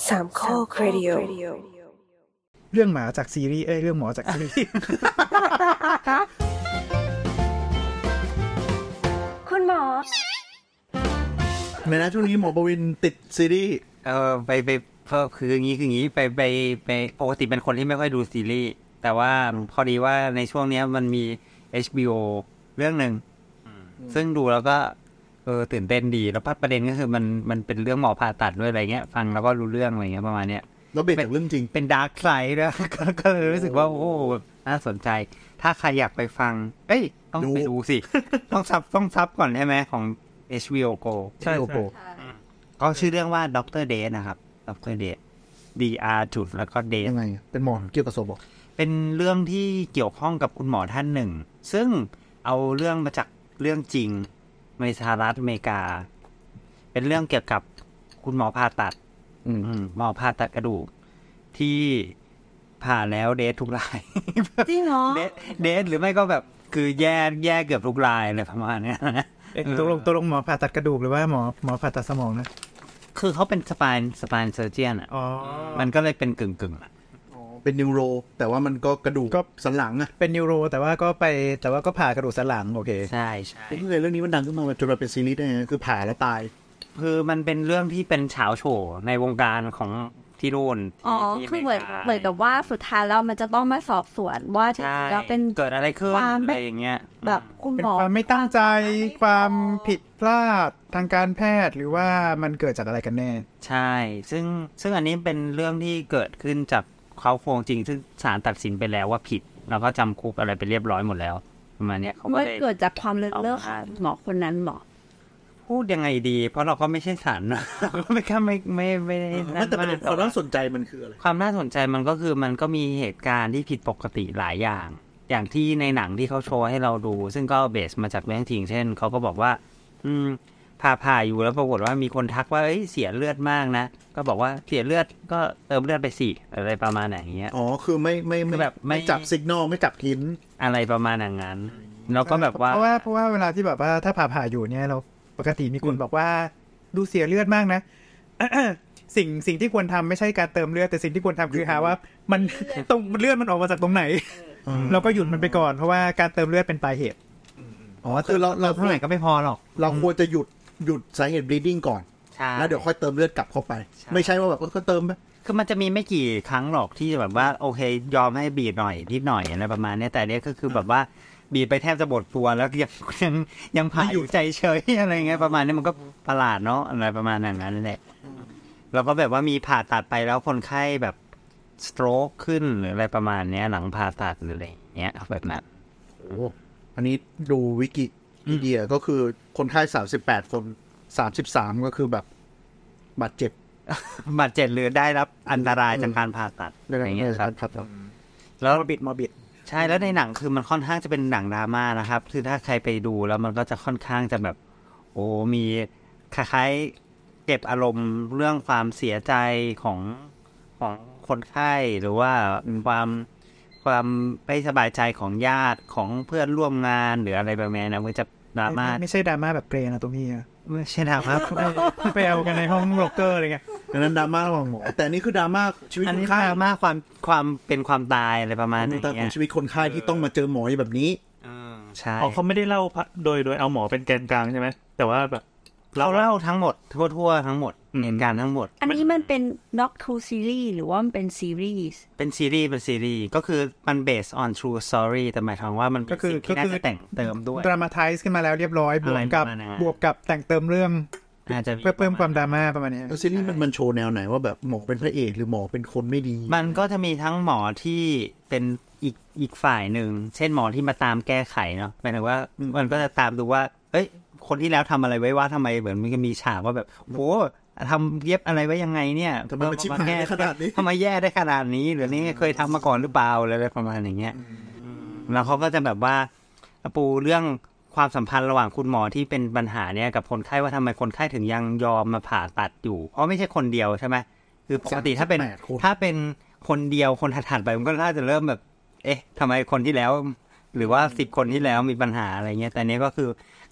สามข้อครดิโอเรื่องหมาจากซีรีส์เรื่องหมอจากซีรีส์คุณหมอไม่นะช่วงนี้หมอประวินติดซีรีส์ไปคืออย่างนี้ไปปกติเป็นคนที่ไม่ค่อยดูซีรีส์แต่ว่าพอดีว่าในช่วงนี้มันมี HBO เรื่องนึงซึ่งดูแล้วก็ตื่นเต้นดีแล้วประเด็นก็คือมันเป็นเรื่องหมอผ่าตัดด้วยอะไรเงี้ยฟังแล้วก็รู้เรื่องอะไรเงี้ยประมาณเนี้ยแล้วเบสจากเรื่องจริงเป็นดาร์กไซด์ด้วยก็เลยรู้สึกว่าโอ้น่าสนใจถ้าใครอยากไปฟังต้องไปดูสิต้องซับก่อนใช่ไหมของ HBO Go ใช่ Go ก็ชื่อเรื่องว่าด็อกเตอร์เดทนะครับด็อกเตอร์เดท DR จุดแล้วก็เดทยังไงเป็นหมอเกี่ยวกับศพเป็นเรื่องที่เกี่ยวข้องกับคุณหมอท่านหนึ่งซึ่งเอาเรื่องมาจากเรื่องจริงในสหรัฐอเมริกาเป็นเรื่องเกี่ยวกับคุณหมอผ่าตัดหมอผ่าตัดกระดูกที่ผ่าแล้วเดททุกรายจริงเหรอเดทหรือไม่ก็แบบคือแย่เกือบทุกรายเลยประมาณนี้นะตัวลงหมอผ่าตัดกระดูกหรือว่าหมอผ่าตัดสมองนะคือเขาเป็นสปายเซอร์เจียนมันก็เลยเป็นกึ่งเป็นนิวโรแต่ว่ามันก็กระดูกก็สันหลังอะเป็นนิวโรแต่ว่าก็ผ่ากระดูกสันหลังโอเคใช่คือเรื่องนี้มันดังขึ้นมาจนมาเป็นซีรีส์ได้ไงคือผ่าแล้วตายคือมันเป็นเรื่องที่เป็นเฉาโฉในวงการของที่นู่นคือเหมือนกับว่าสุดท้ายแล้วมันจะต้องมาสอบสวนว่าแล้วเป็นเกิดอะไรขึ้นอะไรอย่างเงี้ยแบบคุณหมอความไม่ตั้งใจความผิดพลาดทางการแพทย์หรือว่ามันเกิดจากอะไรกันแน่ใช่ซึ่งอันนี้เป็นเรื่องที่เกิดขึ้นจากเขาโครงจริงซึ่งศาลตัดสินไปแล้วว่าผิดแล้วก็จำคุกอะไรไปเรียบร้อยหมดแล้วประมาณนี้เขาไม่เกิดจากความเลิกหมอคนนั้นหมอพูดยังไงดีเพราะเราก็ไม่ใช่ศาลนะไม่แต่ประเด็นความน่าสนใจมันคืออะไรความน่าสนใจมันก็คือมันก็มีเหตุการณ์ที่ผิดปกติหลายอย่างที่ในหนังที่เขาโชว์ให้เราดูซึ่งก็เบสมาจากเรื่องจริงเช่นเขาก็บอกว่าผ่าอยู่แล้วปรากฏว่ามีคนทักว่าเสียเลือดมากนะก็บอกว่าเสียเลือดก็เติมเลือดไปสิอะไรประมาณอย่างเงี้ยคือไม่แบบไม่จับสัญญาณไม่จับหินอะไรประมาณอย่างนั้นแล้วก็แบบว่าเพราะว่าเวลาที่แบบว่าถ้าผ่าอยู่เนี่ยเราปกติมีคนบอกว่าดูเสียเลือดมากนะ สิ่งที่ควรทำไม่ใช่การเติมเลือดแต่สิ่งที่ควรทำคือหาว่ามันตรงเลือดมันออกมาจากตรงไหนเราก็หยุดมันไปก่อนเพราะว่าการเติมเลือดเป็นปลายเหตุคือเราเท่าไหร่ก็ไม่พอหรอกเราควรจะหยุดสาเหตุ bleeding ก่อนแล้วเดี๋ยวค่อยเติมเลือดกลับเข้าไปไม่ใช่ว่าแบบก็เติมไปคือมันจะมีไม่กี่ครั้งหรอกที่แบบว่าโอเคยอมให้บีบหน่อยนิดหน่อยอะไรประมาณนี้แต่เนี้ยก็คือแบบว่าบีบไปแทบจะหมดตัวแล้วยังผ่าอยู่ใจเฉยอะไรเงี้ยประมาณนี้มันก็ประหลาดเนาะอะไรประมาณนั้นนั่นแหละแล้วก็แบบว่ามีผ่าตัดไปแล้วคนไข้แบบสโตรกขึ้นหรืออะไรประมาณนี้หลังผ่าตัดหรืออะไรเงี้ยแบบนั้นอันนี้ดูวิกิพีเดียก็คือคนไข้38คน33ก็คือแบบบาดเจ็บหรือได้รับอันตรายจากการผ่าตัดอะไรเงี้ยครับแล้วมอบิดใช่แล้วในหนังคือมันค่อนข้างจะเป็นหนังดราม่านะครับคือถ้าใครไปดูแล้วมันก็จะค่อนข้างจะแบบมีคล้ายๆเก็บอารมณ์เรื่องความเสียใจของคนไข้หรือว่าความไม่สบายใจของญาติของเพื่อนร่วมงานหรืออะไรแบบนี้นะมันจะดราม่าไม่ใช่ดราม่าแบบเกรย์นะตรงนี้ไม่ใช่ดราม่าไปเอากันในห้องโรคเกอร์อะไรเงี้ยนั้นดราม่าของหมอแต่นี่คือดราม่าชีวิตคนไข้ดราม่าความเป็นความตายอะไรประมาณนี้ของชีวิตคนไข้ที่ต้องมาเจอหมอแบบนี้ใช่เขาไม่ได้เล่าโดยเอาหมอเป็นแกนกลางใช่ไหมแต่ว่าแบบเราเล่าทั้งหมดทั่วทั้งหมดเหตุการณ์ทั้งหมดอันนี้มันเป็น docu series หรือว่ามันเป็นซีรีส์เป็นซีรีส์ก็คือมัน based on true story แต่หมายถึงว่ามันก็คือแต่งเติมด้วย dramatize ขึ้นมาแล้วเรียบร้อยบวกกับแต่งเติมเรื่องเพื่อเพิ่มความดราม่าประมาณนี้แล้วซีรีส์มันโชว์แนวไหนว่าแบบหมอเป็นพระเอกหรือหมอเป็นคนไม่ดีมันก็จะมีทั้งหมอที่เป็นอีกฝ่ายหนึ่งเช่นหมอที่มาตามแก้ไขเนาะหมายถึงว่ามันก็จะตามดูว่าคนที่แล้วทำอะไรไว้ว่าทำไมเหมือนมันมีฉากว่าแบบโหทำเย็บอะไรไว้ยังไงเนี่ยทำไมมันชิบหายขนาดนี้ทำไมแย่ได้ขนาดนี้หรือนี่เคยทำมาก่อนหรือเปล่าอะไรประมาณอย่างเงี้ยแล้วเขาก็จะแบบว่าปูเรื่องความสัมพันธ์ระหว่างคุณหมอที่เป็นปัญหาเนี่ยกับคนไข้ว่าทำไมคนไข้ถึงยังยอมมาผ่าตัดอยู่เพราะไม่ใช่คนเดียวใช่ไหมคือปกติถ้าเป็นคนเดียวคนถัดไปมันก็น่าจะเริ่มแบบทำไมคนที่แล้วหรือว่า10 คนที่แล้วมีปัญหาอะไรเงี้ยแต่เนี้ยก็คือ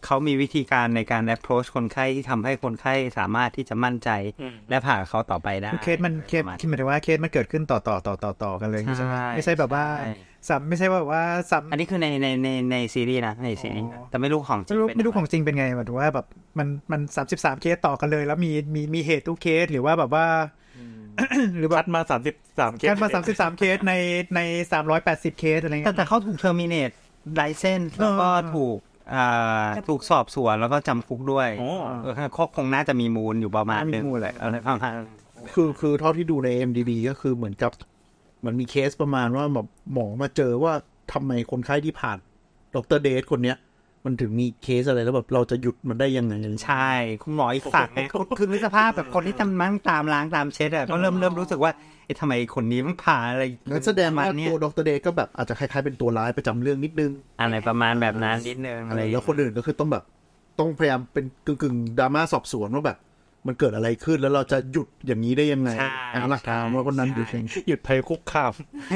เขามีวิธีการในการ approach คนไข้ที่ทำให้คนไข้สามารถที่จะมั่นใจและผ่าเขาต่อไปได้เคสมันหมายถึงว่าเคสมันเกิดขึ้นต่อกันเลยใช่ไหมไม่ใช่แบบว่าซ้ำไม่ใช่แบบว่าซ้ำอันนี้คือในซีรีส์นะในซีรีส์แต่ไม่รู้ของจริงไม่รู้ของจริงเป็นไงหมายถึงว่าแบบมัน33เคสต่อกันเลยแล้วมีเหตุทุกเคสหรือว่าแบบว่าหรือคัดมา33เคสคัดมา33เคสใน380เคสอะไรเงี้ยแต่เขาถูก terminate license แล้วก็ถูกสอบสวนแล้วก็จำคุกด้วยเขาคงน่าจะมีมูลอยู่ประมาณนึงอะไรประมาณคือเท่าที่ดูใน MDB ก็คือเหมือนกับมันมีเคสประมาณว่าแบบหมอมาเจอว่าทำไมคนไข้ที่ผ่านดร.เดชคนเนี้ยมันถึงมีเคสอะไรแล้วแบบเราจะหยุดมันได้ยังไงใช่คุณหมออีกฝั่งคือสภาพแบบคนที่ตามล้างตามเช็ดอ่ะก็เริ่มรู้สึกว่าทำไมคนนี้มันผ่าอะไรงั้นแสดงว่าตัวดร.เดชก็แบบอาจจะคล้ายๆเป็นตัวร้ายประจำเรื่องนิดนึงอะไรประมาณแบบนั้นนิดนึงอะไรแล้วคนอื่นก็คือต้องพยายามเป็นกึ่งดราม่าสอบสวนว่าแบบมันเกิดอะไรขึ้นแล้วเราจะหยุดอย่างนี้ได้ยังไงหลักฐานว่าคนนั้นหยุดภัยคุกคาม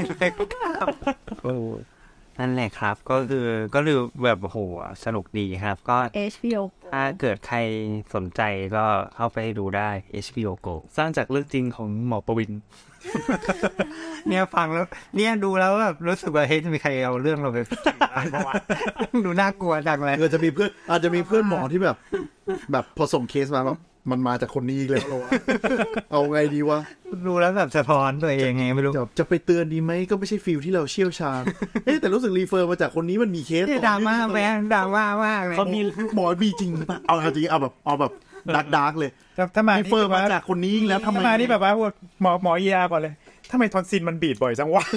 นั่นแหละครับก็คือแบบโหสนุกดีครับก็ HBO ถ้าเกิดใครสนใจก็เข้าไปดูได้ HBO Go สร้างจากเรื่องจริงของหมอประวินเนี่ยฟังแล้วเนี่ยดูแล้วแบบรู้สึกว่าเฮ้ยจะมีใครเอาเรื่องเราไปดูน่ากลัวจังเลยอาจจะมีเพื่อนหมอที่แบบพอส่งเคสมาแล้วมันมาจากคนนี้เลยเอาไงดีวะดูแล้วแบบสะท้อนตัวเองไงไม่รู้จะไปเตือนดีไหมก็ไม่ใช่ฟิลที่เราเชี่ยวชาญแต่รู้สึกรีเฟอร์มาจากคนนี้มันมีเคสดราม่าแม่ดราม่ามากเลยเขามีหมอมีจริงป่ะเอาจริงเอาแบบดาร์กเลยถ้ามารีเฟอร์มาจากคนนี้แล้วทำไมมานี่แบบว่าหมอยาก่อนเลยทำไมทอนซินมันบีดบ่อยจังวะ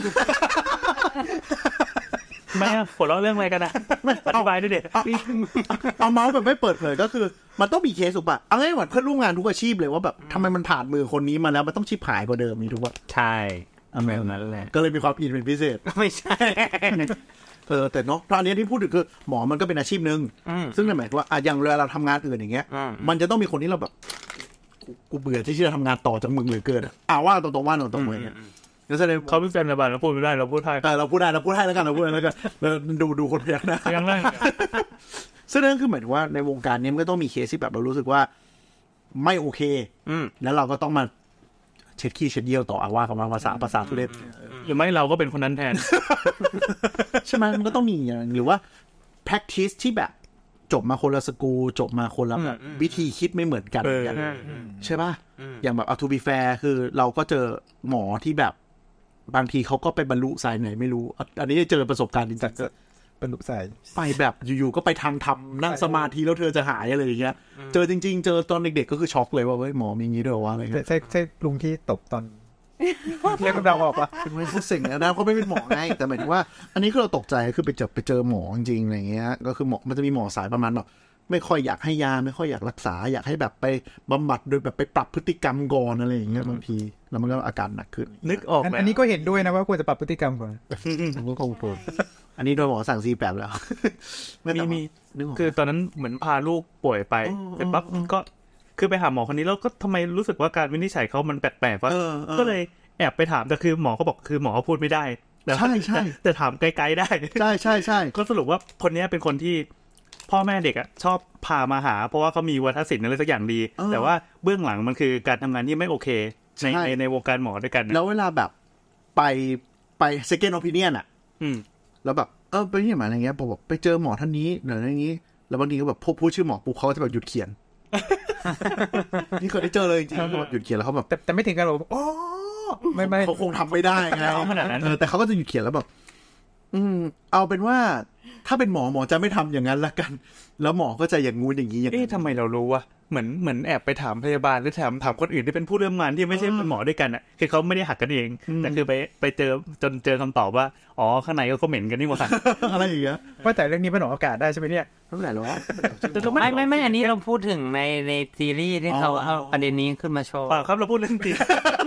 ไม่หัวเราะเรื่องอะไรกันนะอธิบายด้วยเด็ดเอาเมาส์แบบไม่เปิดเผยก็คือมันต้องมีเคสถูกป่ะเอาง่ายๆเหมือนเพื่อนร่วมงานทุกอาชีพเลยว่าแบบทำไมมันผ่านมือคนนี้มาแล้วมันต้องชิบหายกว่าเดิมมีถูกป่ะใช่เอาแบบนั้นแหละก็เลยมีความอินเป็นพิเศษไม่ใช่แต่เนาะตอนนี้ที่พูดถึงคือหมอมันก็เป็นอาชีพนึงซึ่งหมายถึงว่าอย่างเวลาเราทำงานอื่นอย่างเงี้ยมันจะต้องมีคนที่เราแบบกูเบื่อที่จะทำงานต่อจากมึงเหลือเกินว่าตรงๆเลยแสดงเขาเป็นแฟนระบาดเราพูดไม่ได้เราพูดไทยเราพูดให้แล้วกันเราพูดแล้วกันดูคนพยักหน้ายังไงซึ่งนั่นคือหมายถึงว่าในวงการนี้มันก็ต้องมีเคสที่แบบเรารู้สึกว่าไม่โอเคแล้วเราก็ต้องมาเช็ดขี้เช็ดเยี่ยวต่อว่ากันมาภาษาทุเรศหรือไม่เราก็เป็นคนนั้นแทนใช่ไหมมันก็ต้องมีอย่างหรือว่า practice ที่แบบจบมาคนละสกูจบมาคนละแบบวิธีคิดไม่เหมือนกันใช่ป่ะอย่างแบบ to be fair คือเราก็เจอหมอที่แบบบางทีเขาก็ไปบรรลุสายไหนไม่รู้อันนี้เจอประสบการณ์จริงๆบรรลุสายไปแบบอยู่ๆก็ไปทางทำนั่งสมาธิแล้วเธอจะหายอะไรอย่างเงี้ยเจอจริงๆเจอตอนเด็กๆก็คือช็อกเลยว่าเฮ้ยหมอมีงี้ด้วยวะอะไรใช่ลุงที่ตบตอนเรียกกำลังออกปะเป็นไม่สิ่งนะเขาไม่เป็นหมอไงแต่หมายถึงว่าอันนี้คือเราตกใจคือไปเจอหมอจริงๆอะไรเงี้ยก็คือหมอมันจะมีหมอสายประมาณแบบไม่ค่อยอยากให้ยาไม่ค่อยอยากรักษาอยากให้แบบไปบำบัดโดยแบบไปปรับพฤติกรรมก่อนอะไรอย่างเงี้ยบางทีแล้วมันก็อาการหนักขึ้นนึกออกอันนี้ก็เห็นด้วยนะว่าควรจะปรับพฤติกรรมก่อนผมก็คงควรอันนี้โดยหมอสั่งซีแปบแล้วมีคือตอนนั้นเหมือนพาลูกป่วยไปเสร็จปั๊บก็คือไปหาหมอคนนี้แล้วก็ทำไมรู้สึกว่าการวินิจฉัยเขามันแปลกๆว่าก็เลยแอบไปถามแต่คือหมอเขาบอกคือหมอเขาพูดไม่ได้ใช่แต่ถามไกลๆได้ใช่ก็สรุปว่าคนนี้เป็นคนที่พ่อแม่เด็กอ่ะชอบพามาหาเพราะว่าเขามีวัฒนศิลป์อะไรสักอย่างดีแต่ว่าเบื้องหลังมันคือการทำงานที่ไม่โอเคในวงการหมอด้วยกันแล้วเวลาแบบไป second opinion อ่ะแล้วแบบไปที่ไหนอะไรเงี้ยบอกไปเจอหมอท่านนี้หรืออะไรนี้แล้วบางทีก็แบบพูดชื่อหมอปุ๊บเขาจะแบบหยุดเขียนนี่เคยได้เจอเลยจริงๆแบบหยุดเขียนแล้วเขาแบบแต่ไม่ถึงกันหรอกไม่เขาคงทำไม่ได้ไงขนาดนั้นแต่เขาก็จะหยุดเขียนแล้วแบบเอาเป็นว่าถ้าเป็นหมอจะไม่ทำอย่างนั้นละกันแล้วหมอก็จะอย่างงูอย่างนี้อย่างทำไมเรารู้วะเหมือนแอบไปถามพยาบาลหรือถามคนอื่นที่เป็นผู้ร่วมงานที่ไม่ใช่เป็นหมอด้วยกันอ่ะคือเขาไม่ได้หักกันเองแต่คือไปเจอจนเจอคำตอบว่าอ๋อข้างในก็เหม็นกันนี่หว่าอะไรอย่างเงี้ยว่าแต่เรื่องนี้เป็นออกอากาศได้ใช่ไหมเนี่ยเท่าไหร่หรอไม่อันนี้เราพูดถึงในซีรีส์ที่เขาเอาประเด็นนี้ขึ้นมาโชว์เปล่าครับเราพูดเรื่องจริง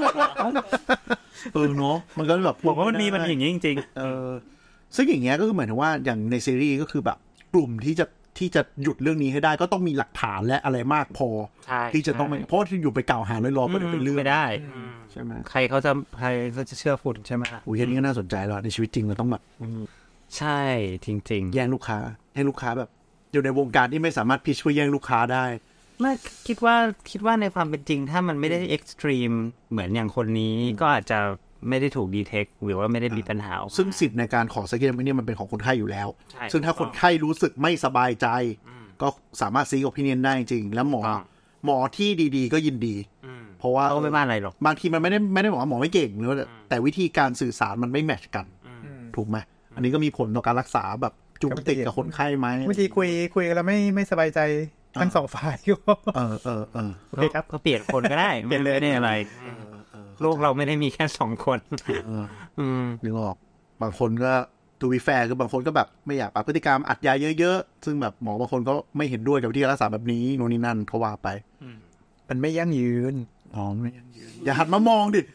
เนาะมันก็แบบบอกว่ามันมีอย่างนี้จริงๆซึ่งอย่างเงี้ยก็คือหมายถึงว่าอย่างในซีรีส์ก็คือแบบกลุ่มที่จะหยุดเรื่องนี้ให้ได้ก็ต้องมีหลักฐานและอะไรมากพอที่จะต้องเพราะที่อยู่ไปกล่าวหาลอยๆก็เป็นเรื่องไม่ได้ใช่ไหมใครเขาจะเชื่อฝุ่นใช่ไหมอุ้ยอันนี้ก็น่าสนใจแล้วในชีวิตจริงเราต้องแบบใช่จริงๆแย่งลูกค้าให้ลูกค้าแบบอยู่ในวงการที่ไม่สามารถพิชเพื่อแย่งลูกค้าได้ไม่คิดว่าในความเป็นจริงถ้ามันไม่ได้เอ็กซ์ตรีมเหมือนอย่างคนนี้ก็อาจจะไม่ได้ถูกดีเทคหรือว่าไม่ได้มีปัญหาซึ่งสิทธิ์ในการขอ second opinion มันเป็นของคนไข้อยู่แล้วซึ่งถ้าคนไข้รู้สึกไม่สบายใจก็สามารถ seek opinion ได้จริงแล้วหมอที่ดีๆก็ยินดีเพราะว่าไม่ว่าอะไรหรอกบางทีมันไม่ได้บอกว่าหมอไม่เก่งหรือแต่วิธีการสื่อสารมันไม่แมทช์กันถูกไหมอันนี้ก็มีผลต่อการรักษาแบบจุกติดกับคนไข้ไหมวิธีคุยกันแล้วไม่สบายใจทั้งสองฝ่ายก็โอเคครับก็เปลี่ยนคนก็ได้เปลี่ยนเลยเนี่ยอะไรโลกเราไม่ได้มีแค่2 คนนึกออกบางคนก็to be fair คือบางคนก็แบบไม่อยากปรับพฤติกรรมอัดยาเยอะๆซึ่งแบบหมอบางคนก็ไม่เห็นด้วยกับวิธีการรักษาแบบนี้โน่นนี่นั่นเขาว่าไปมันไม่ยั่งยืนไม่ยั่งยืนอย่าหันมามองดิ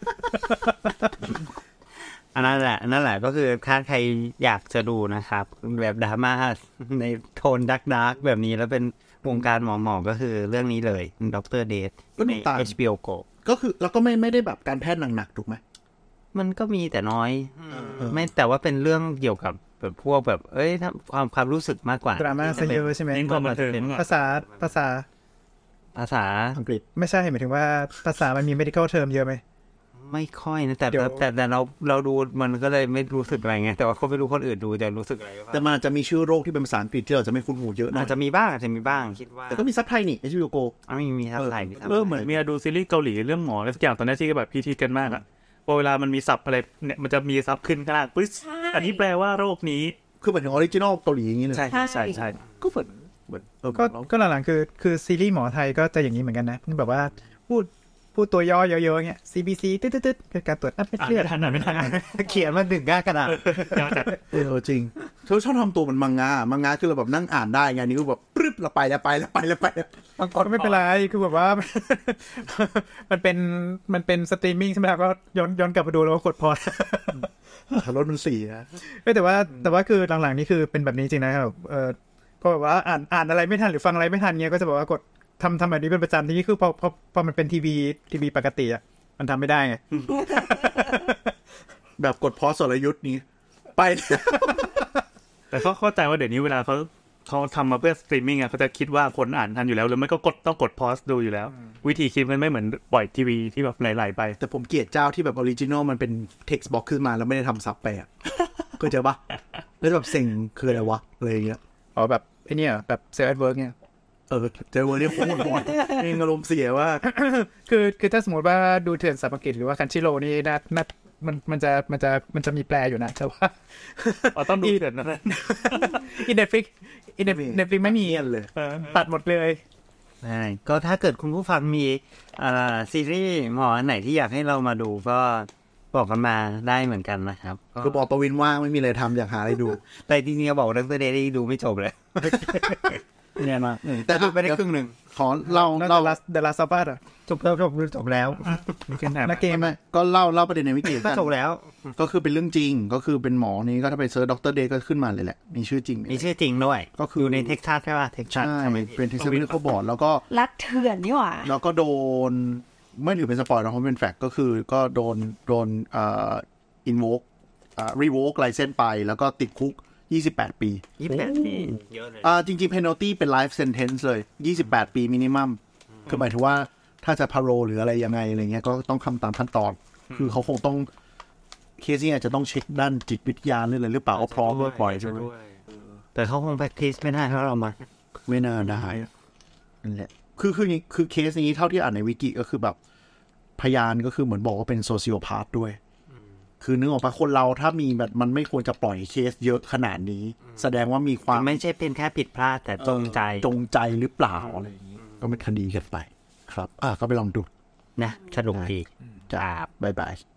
อันนั้นแหละก็คือถ้าใครอยากจะดูนะครับแบบดราม่าในโทนดาร์กแบบนี้แล้วเป็นวงการหมอก็คือเรื่องนี้เลยด็อกเตอร์เดทใน HBO Go ก็คือแล้วก็ไม่ได้แบบการแพทย์หนักๆถูกไหมมันก็มีแต่น้อยไม่แต่ว่าเป็นเรื่องเกี่ยวกับแบบพวกแบบถ้าความรู้สึกมากกว่าดราม่าซะเยอะใช่ไหมภาษาอังกฤษไม่ใช่หมายถึงว่าภาษามันมี medical term เยอะไหมไม่ค่อยนะแต่เราดูมันก็เลยไม่รู้สึกอะไรไงแต่ว่าเขาไม่รู้คนอื่นดูจะรู้สึกอะไรแต่มันจะมีชื่อโรคที่เป็นภาษาอังกฤษที่เราจะไม่คุ้นหูเยอะอาจจะมีบ้างคิดว่าแต่ก็มีซับไทยนี่HBO Go มีซับไทยเหมือนมีดูซีรีส์เกาหลีเรื่องหมออะไรสักอย่างตอนนี้ที่แบบพีทีกันมากอ่ะพอเวลามันมีซับอะไรเนี่ยมันจะมีซับขึ้นข้างล่างปึ๊บอันนี้แปลว่าโรคนี้คือเหมือนออริจินอลเกาหลีอย่างนี้เลยใช่ก็เหมือนก็หลังๆคือซีรีส์หมอไทยก็จะอย่างนี้เหมือนกันนะแบบว่าพูดตัวย่อเยอะๆเงี้ย CBC ตึ๊ดๆคือการตรวจนับเม็ดเลือดไม่ทันเขียนมาดึงกระดาษจริงเขาชอบทำตัวมันมังงะคือเราแบบนั่งอ่านได้ไงนี่ก็แบบปึ๊บเราไปแล้วบางคนไม่เป็นไรคือแบบว่ามันเป็นสตรีมมิ่งใช่ไหมก็ย้อนกลับมาดูแล้วกดพอสรถมันเสียแต่ว่าคือหลังๆนี่คือเป็นแบบนี้จริงนะครับก็แบบว่าอ่านอะไรไม่ทันหรือฟังอะไรไม่ทันเงี้ยก็จะบอกว่ากดทำแบบนี้เป็นประจำที่นี่คือพอมันเป็นทีวีปกติอ่ะมันทำไม่ได้ไงแบบกดพอสสรยุทธ์นี้ไปแต่เขาเข้าใจว่าเดี๋ยวนี้เวลาเขาทำมาเพื่อสตรีมมิ่งอ่ะเขาจะคิดว่าคนอ่านทันอยู่แล้วหรือไม่ก็ต้องกดพอสดูอยู่แล้ววิธีคิดมันไม่เหมือนปล่อยทีวีที่แบบไหลๆไปแต่ผมเกลียดเจ้าที่แบบออริจินอลมันเป็นเท็กซ์บ็อกซ์ขึ้นมาแล้วไม่ได้ทำซับไปอ่ะก็เจอปะแล้วแบบเซ็งคืออะไรวะอะไรอย่างเงี้ยแบบไอ้นี่แบบเซลล์แอดเวิร์กเนี่ยเจอเวอร์เนี่ยโคตรบ่อยเองอารมณ์เสียว่าคือถ้าสมมติว่าดูเถื่อนสับกิจหรือว่าคันชิโร่นี่นะมันจะมีแปลอยู่นะแต่ว่าต้องดูเถื่อนนะอินเน็ตฟลิกไม่มีเลยตัดหมดเลยใช่ก็ถ้าเกิดคุณผู้ฟังมีซีรีส์หมอไหนที่อยากให้เรามาดูก็บอกกันมาได้เหมือนกันนะครับก็บอกประวินว่างไม่มีอะไรทำอยากหาอะไรดูแต่จริงๆบอกเรื่องตัวเดย์ดูไม่จบเลยเนี่ยมาแต่ไม่ได้ครึ่งหนึ่งขอเล่า The Last of Us จบแล้วนักเกมก็เล่าประเด็นในวิกิก็จบแล้วก็คือเป็นเรื่องจริงก็คือเป็นหมอนี้ก็ถ้าไปเซิร์ชด็อกเตอร์เดย์ก็ขึ้นมาเลยแหละมีชื่อจริงด้วยก็คือในเท็กซัสใช่ป่ะเท็กซัสเป็นเท็กซัสเเขาบอกแล้วก็รักเถื่อนนี่หว่าแล้วก็โดนไม่ถือเป็นสปอยล์นะเพราะเป็นแฟกต์ก็คือก็โดนinvoke revoke license ไปแล้วก็ติดคุก28 ปีเยอะเลยจริงๆ penalty เป็น life sentence เลย28 ปี minimum คือหมายถึงว่าถ้าจะ parole หรืออะไรยังไงอะไรเงี้ยก็ต้องทำตามขั้นตอนคือเขาคงต้องเคสนี้อาจจะต้องเช็คด้านจิตวิทยาหรือเปล่าเอาพร้อมปล่อยใช่ไหมแต่เขาคง practice ไม่ได้เพราะเรามาไม่น่าได้นั่นแหละคือเคสนี้เท่าที่อ่านในวิกิก็คือแบบพยานก็คือเหมือนบอกว่าเป็น sociopath ด้วยคือนึกออกปะคนเราถ้ามีแบบมันไม่ควรจะปล่อยเคสเยอะขนาดนี้แสดงว่ามีความไม่ใช่เป็นแค่ผิดพลาดแต่จงใจหรือเปล่าอะไรอย่างนี้ก็เป็นคดีกันไปครับก็ไปลองดูนะสนุกดีจ้าบ๊ายบาย